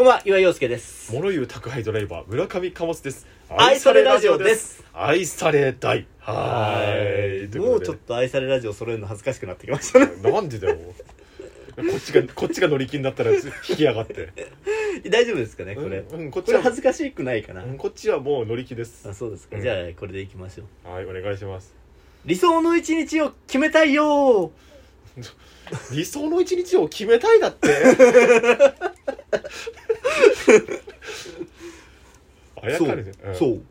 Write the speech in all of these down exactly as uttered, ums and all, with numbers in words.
んは、岩井陽介です。 物言う宅配ドライバー村上貨物です。 愛されラジオです。 愛されたい。はーい。 もうちょっと愛されラジオ揃えるの恥ずかしくなってきましたね。 なんでだよ。こっちがこっちが乗り気になったら引き上がって。 大丈夫ですかねこれ。うん、うん、こっちはこれ恥ずかしくないかな。 うん、こっちはもう乗り気です。 あ、そうですか。うん、じゃあこれでいきましょう。はい、お願いします。 理想の一日を決めたいよ。 理想の一日を決めたいだって。あやかれてる。 そう、うん、そう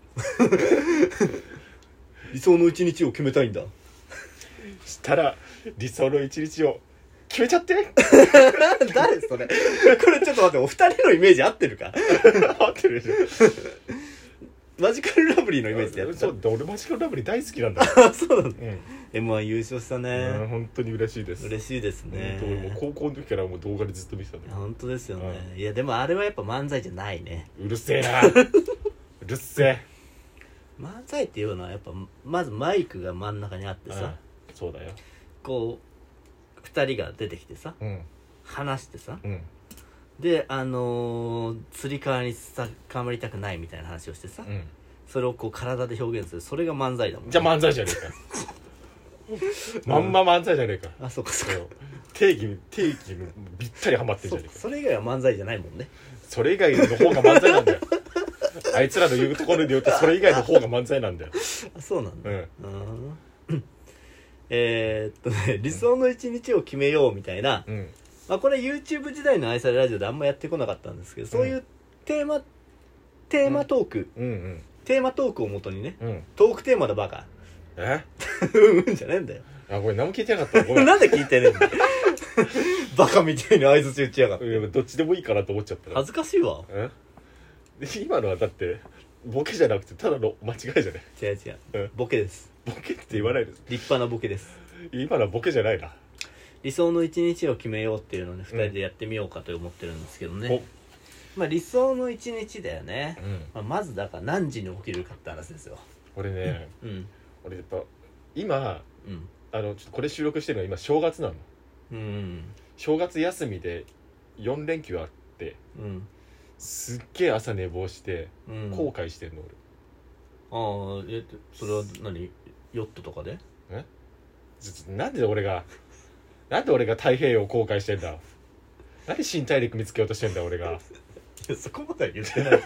理想の一日を決めたいんだ。 したら理想の一日を決めちゃって。 誰それ。これちょっと待って、お二人のイメージ合ってるか。 合ってるでしょ。 マジカルラブリーのイメージでやってた。 そうだ、俺マジカルラブリー大好きなんだ。 そうなんだ、うん、エムワン 優勝したね。 うん、本当に嬉しいです。 嬉しいですね。 俺も高校の時からもう動画でずっと見てたんだ。 本当ですよね、うん、いやでもあれはやっぱ漫才じゃないね。 うるせえな。うるせえ。 漫才っていうのはやっぱまずマイクが真ん中にあってさ、うん、 そうだよ。 こうふたりが出てきてさ、うん、話してさ、うん、であのー、つり革にさかまりたくないみたいな話をしてさ、うん、それをこう体で表現する、それが漫才だもん、ね、 じゃあ漫才じゃねえか。まんま漫才じゃねえか。 あ、そうかそうか。 定義定義にぴったりハマってんじゃねえか。 そ, それ以外は漫才じゃないもんね。 それ以外の方が漫才なんだよ。あいつらの言うところで言うとそれ以外の方が漫才なんだよ。 あ、そうなんだ、うん、 うんえー、っとね、理想の一日を決めようみたいな、うん、まあ、これ YouTube 時代の愛されラジオであんまやってこなかったんですけど、そういうテーマテーマトーク、うんうんうん、テーマトークをもとにね、うん、トークテーマだバカ。 えうんじゃねえんだよ。 あ、これ何も聞いてなかった。ごめん。 なんで聞いてねえんだよ。バカみたいに相槌打ちやがって。 どっちでもいいかなと思っちゃったら。 恥ずかしいわ。 え今のはだってボケじゃなくてただの間違いじゃねえ。違う違う、うん、ボケです。 ボケって言わないです。 立派なボケです。 今のはボケじゃないな。 理想の一日を決めようっていうのをね、ふたりでやってみようかと思ってるんですけどね、うん、まあ理想の一日だよね、うん、まあ、まずだから何時に起きるかって話ですよ。 俺ね、うん、俺やっぱ今、うん、あのちょっとこれ収録してるのは今正月なの、うん、正月休みでよん連休あって、うん、すっげえ朝寝坊して後悔してんの、 俺。ああ、えそれは何、ヨットとかで？ えなんで俺がなんで俺が太平洋を後悔してんだ。なんで新大陸見つけようとしてんだ俺が。いや、そこまでは言ってない。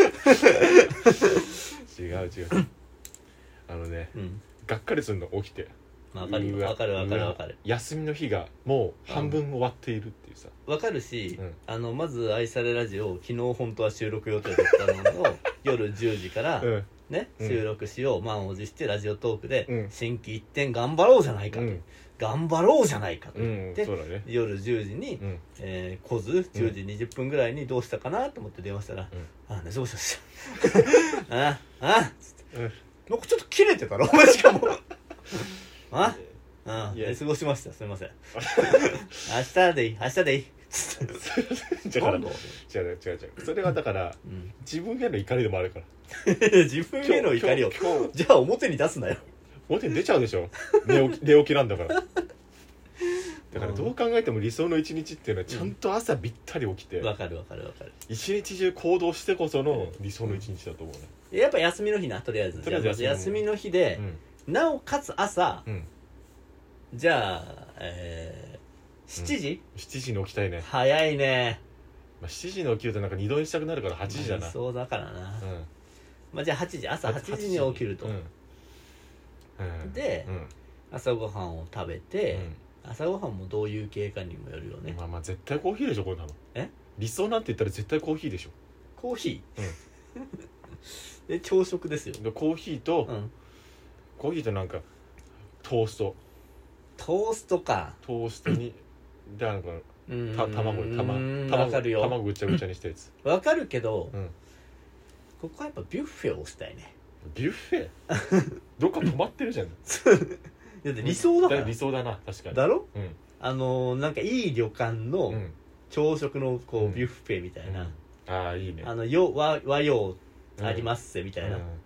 違う違う。あのね、うん、がっかりするの起きて。 わかるわかるわかるわかる。 休みの日がもう半分終わっているっていうさ。 わかるし、うん、あのまず愛されラジオを昨日本当は収録予定だったのを夜じゅうじから、うんね、収録しよう、満を持してラジオトークで、うん、心機一転頑張ろうじゃないかと、うん、頑張ろうじゃないかと言って、うん、ね、夜じゅうじに、うん、えー、来ずじゅうじにじゅっぷんぐらいにどうしたかなと思って電話したら、うん、あ、寝過ごしましたああつって、うん、なんかちょっと切れてたろお前。しかもああ、寝過ごしました、すいません。明日でいい明日でいいだから違う違う違う、それはだから、うん、自分への怒りでもあるから。 自分への怒りをじゃあ表に出すなよ。 表に出ちゃうでしょ。寝起き、寝起きなんだから。だからどう考えても理想の一日っていうのはちゃんと朝びったり起きて、 わ、うん、かるわかるわかる。 一日中行動してこその理想の一日だと思うね、 うん、やっぱ休みの日な、とりあえず。とりあえず休みの日で、うん、なおかつ朝、うん、じゃあ、えー、しちじ、 うん、しちじに起きたいね。 早いね。 まあ、しちじに起きるとなんか二度にしたくなるからはちじだな。 そうだからな、うん、まあ、じゃあはちじ、朝はちじに起きると、うんうん、で、うん、朝ごはんを食べて、うん、朝ごはんもどういう経過にもよるよね。 まあまあ絶対コーヒーでしょこれなの。え理想なんて言ったら絶対コーヒーでしょ。 コーヒー、うん、で朝食ですよ。 でコーヒーと、うん、コーヒーとなんかトーストトーストか。 トーストにでなんかた卵に卵わかるよ。 卵ぐちゃぐちゃにしたやつわかるけど、うん、ここはやっぱビュッフェをしたいね。 ビュッフェどっか止まってるじゃん。 だって理想だから。 理想だな、確かに。 だろ、うん、あのー、なんかいい旅館の朝食のこう、うん、ビュッフェみたいな、うん、 ああいいね。 あのよ 和, 和洋ありますせみたいな、うん、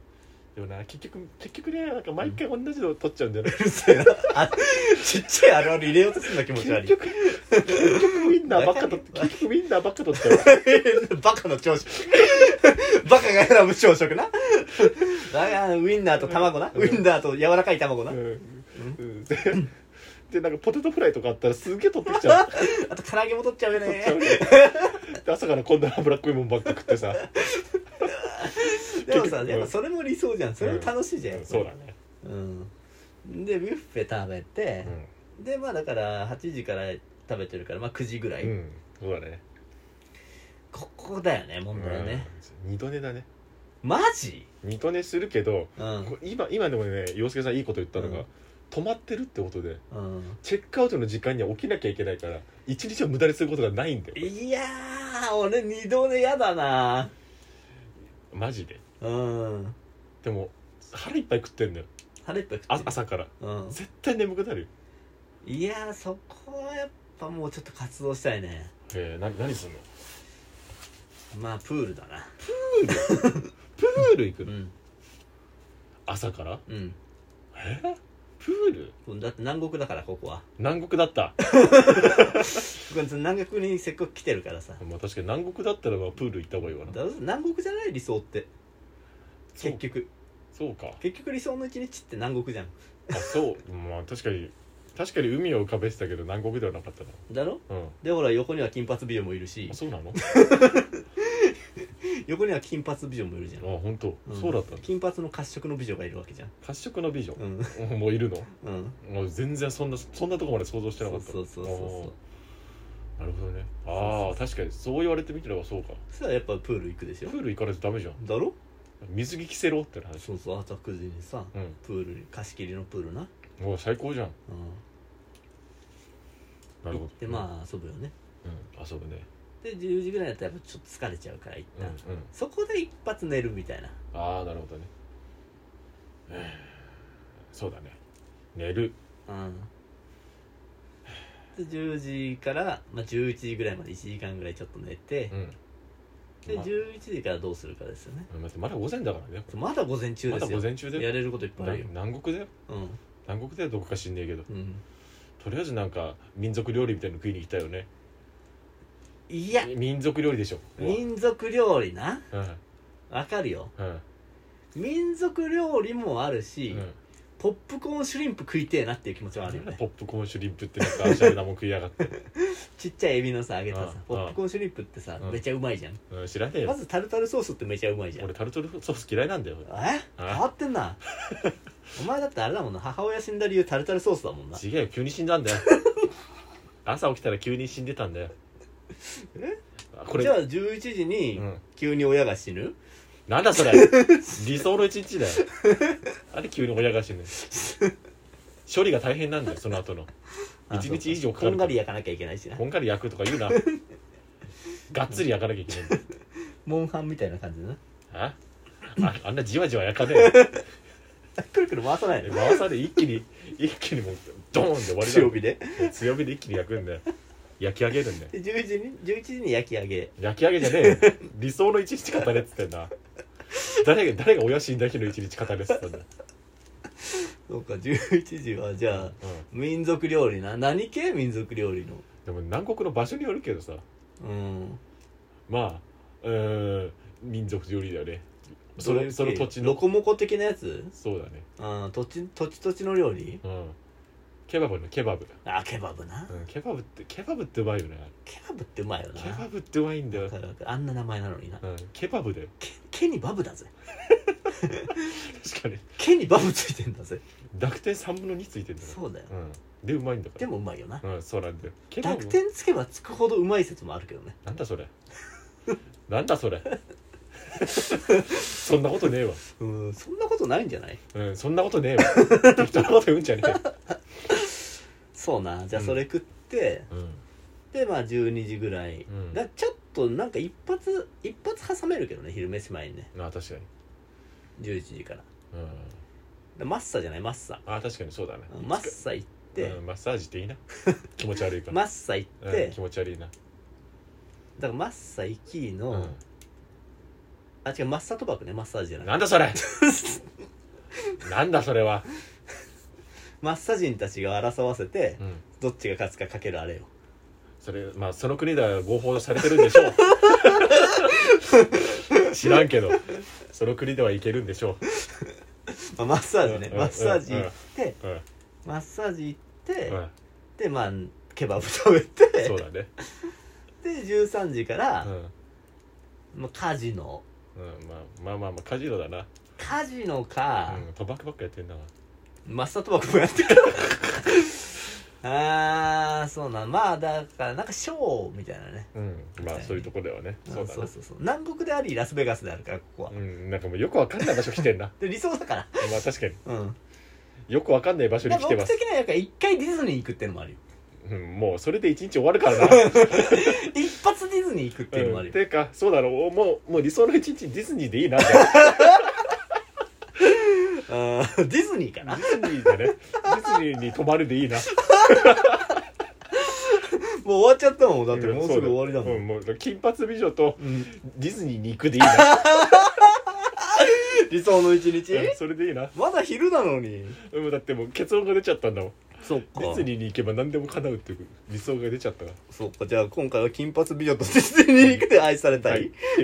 でもな結局結局ねなんか毎回同じの撮っちゃうんだよね、 うるせえなあちっちゃいあるある入れようとするの気持ち悪い。 結局結局ウィンナーばっかと結局ウィンナーばっかとっちゃうバカの朝食バカが選ぶ朝食なだからウィンナーと卵な、うん、ウィンナーと柔らかい卵な、うんうん、 で, でなんかポテトフライとかあったらすげえ取ってきちゃうあと唐揚げも取っちゃうよねで朝から今度は脂っこいもんばっか食ってさでもさやっぱそれも理想じゃん、それも楽しいじゃん、 うんうん、そうだね、 うん、でビュッフェ食べて、うん、でまあだからはちじから食べてるからまあくじぐらい、うん、 そうだね、 ここだよね問題はね、 うん、二度寝だね。 マジ二度寝するけど、うん、今, 今でもね洋介さんいいこと言ったのが、うん、止まってるってことで、うん、チェックアウトの時間には起きなきゃいけないから一日を無駄にすることがないんだよ。 いやー俺二度寝やだなマジで。 うん。 でも腹いっぱい食ってんだよ。 腹いっぱい食ってる朝から、 うん、 絶対眠くなるよ。 いやーそこはやっぱもうちょっと活動したいね。 えー、な何すんの。 まあプールだな。 プールプール行くの、うん、朝から。 うん。 えー、プールだって南国だからここは。 南国だった南国にせっかく来てるからさ。 まあ確かに南国だったらプール行った方がいいわな。 だ南国じゃない理想って結局。 そうか。 結局理想の一日って南国じゃん。 あそうまあ確かに確かに海を浮かべてたけど南国ではなかったな。 だろ、 うん、 でほら横には金髪美女もいるし。 あそうなの横には金髪美女もいるじゃん。 あ本当、うん、そうだったんだ。 金髪の褐色の美女がいるわけじゃん。 褐色の美女、 うん、 もういるの。 うん、 もう全然そんなそんなとこまで想像してなかった。 そうそうそうそうなるほどね。ああ確かにそう言われてみてればそうか。 そしたらやっぱプール行くでしょ。 プール行かないとダメじゃん。 だろ。 水着着せろって話。 そうそう朝くじにさ、うん、プールに貸し切りのプールな。 もう最高じゃん、うん、なるほど。 でまあ遊ぶよね。 うん遊ぶね。でじゅうじぐらいだったらやっぱちょっと疲れちゃうから一旦、 うんうん、 そこで一発寝るみたいな。 ああなるほどね、えー、そうだね寝る。 うんでじゅうじから、まあ、じゅういちじぐらいまでいちじかんぐらいちょっと寝て、うんでじゅういちじからどうするかですよね。 まだ午前だからね。 まだ午前中ですよ。 まだ午前中でやれることいっぱいあるよ。 南国だよ、うん、南国だよどこか知んねえけど、うん、とりあえずなんか民族料理みたいなの食いに行きたいよね。 いや民族料理でしょ。 民族料理な、うん、わかるよ、 うん、 民族料理もあるし、うん、ポップコーンシュリンプ食いてえなっていう気持ちはあるよね。 ポップコーンシュリンプってなんかアシャレなもん食いやがってちっちゃいエビのさ揚げたさポップコーンシュリンプってさ、うん、めちゃうまいじゃん、 うん、知らねえよ。 まずタルタルソースってめちゃうまいじゃん。 俺タルタルソース嫌いなんだよ。 え変わってんなお前だってあれだもんな、母親死んだ理由タルタルソースだもんな。 違うよ急に死んだんだよ朝起きたら急に死んでたんだよえこれじゃあじゅういちじに急に親が死ぬ、うん、 なんだそれ理想の一日だよあれ急に親が死ぬ処理が大変なんだよその後のいちにち以上かかる。 こんがり焼かなきゃいけないしな。 こんがり焼くとか言うながっつり焼かなきゃいけないんだよモンハンみたいな感じだな。 あ あ, あんなじわじわ焼かねえくるくる回さないの。 回さで一気に一気にもうドーンで終わりだ。 強火で強火で一気に焼くんだよ。焼き上げるんだよ。 じゅういちじにじゅういちじに焼き上げ。 焼き上げじゃねえよ理想の一日語れっつってんな誰が誰が親死んだ日の一日語れっつってんだそうかじゅういちじはじゃあ、うん、民族料理な。何系民族料理の。 でも南国の場所によるけどさ、 うんまあうーん民族料理だよね。それその土地のロコモコ的なやつ。 そうだね。 あ土地土地土地の料理。 うんケバブのケバブ。 あケバブな、 うん、ケバブってケバブってうまいよね。 ケバブってうまいよな。 ケバブってうまいんだよ。 あんな名前なのにな、 うん、ケバブだよ。 ケ, ケにバブだぜ確かにケにバブついてんだぜ。 濁点さんぶんのについてんだよ。 そうだよ、 うん、でうまいんだから。 でもうまいよな。 うんそうなんだよ。 濁点つけばつくほどうまい説もあるけどね。 なんだそれなんだそれそんなことねえわ。 うんそんなことないんじゃない。 うんそんなことねえわ適当なこと言うんじゃねえそうな。じゃあそれ食って、うん、でまあじゅうにじぐらい、うん、だちょっとなんか一発一発挟めるけどね昼飯前にね。 あ確かにじゅういちじから、 うん、 マッサじゃないマッサ。 あ確かにそうだね。 マッサ行って、 うん、マッサージっていいな気持ち悪いからマッサ行って、 うん、気持ち悪いな。 だからマッサ行きの、 あ違うマッサ賭博ねマッサージじゃないなんだそれなんだそれはマッサ人たちが争わせて、うん、どっちが勝つかかけるあれよそれまあその国では合法されてるんでしょう知らんけどその国ではいけるんでしょう、まあ、マッサージね、うん、マッサージ行って、うん、マッサージ行って、うん、でまあケバブ食べてそうだねでじゅうさんじから、うんまあ、カジノ、 うんまあ、まあまあまあカジノだなカジノか、 うん、賭博ばっかやってんなマッサ賭博もやってるああそうなんまあだからなんかショーみたいなねうんまあそういうとこではね、 うん、そうだねそうそうそう南国でありラスベガスであるからここはうんなんかもうよくわかんない場所来てんなで理想だからまあ確かにうんよくわかんない場所に来てます。 僕的にはやっぱ一回ディズニー行くっていうのもあるよ、 うん、もうそれで一日終わるからな一発ディズニー行くっていうのもあるよ、 うん、てかそうだろうもうもう理想の一日ディズニーでいいなってあディズニーかなディズニーでねディズニーに泊まるでいいなもう終わっちゃったもんだってもうすぐ終わりだもん、 うん、もう金髪美女とディズニーに行くでいいな、 理想の一日、 うん、それでいいなまだ昼なのに、 うん、だってもう結論が出ちゃったんだもんそっかディズニーに行けば何でも叶うっていう理想が出ちゃったからそっかじゃあ今回は金髪美女とディズニーに行くで愛されたい、はい、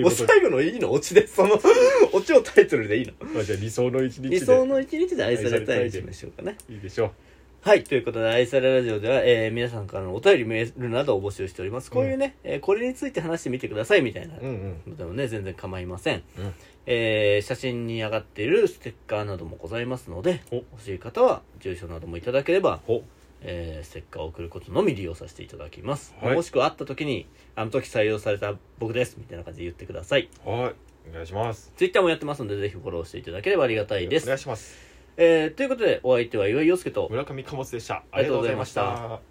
もう最後のいいのオチでそのオチをタイトルでいいの、 まあ、じゃあ理想の一日で理想の一日で愛されたいにしましょうかねいいでしょうはいということで愛されラジオでは、えー、皆さんからのお便りメールなどを募集しておりますこういうね、うんえー、これについて話してみてくださいみたいなのでもね、うんうん、全然構いません、うんえー、写真に上がっているステッカーなどもございますので欲しい方は住所などもいただければ、えー、ステッカーを送ることのみ利用させていただきます、はい、もしくは会った時にあの時採用された僕ですみたいな感じで言ってくださいはいお願いしますツイッターもやってますのでぜひフォローしていただければありがたいですお願いします、 えー、ということでお相手は岩井陽介と村上貨物でしたありがとうございました。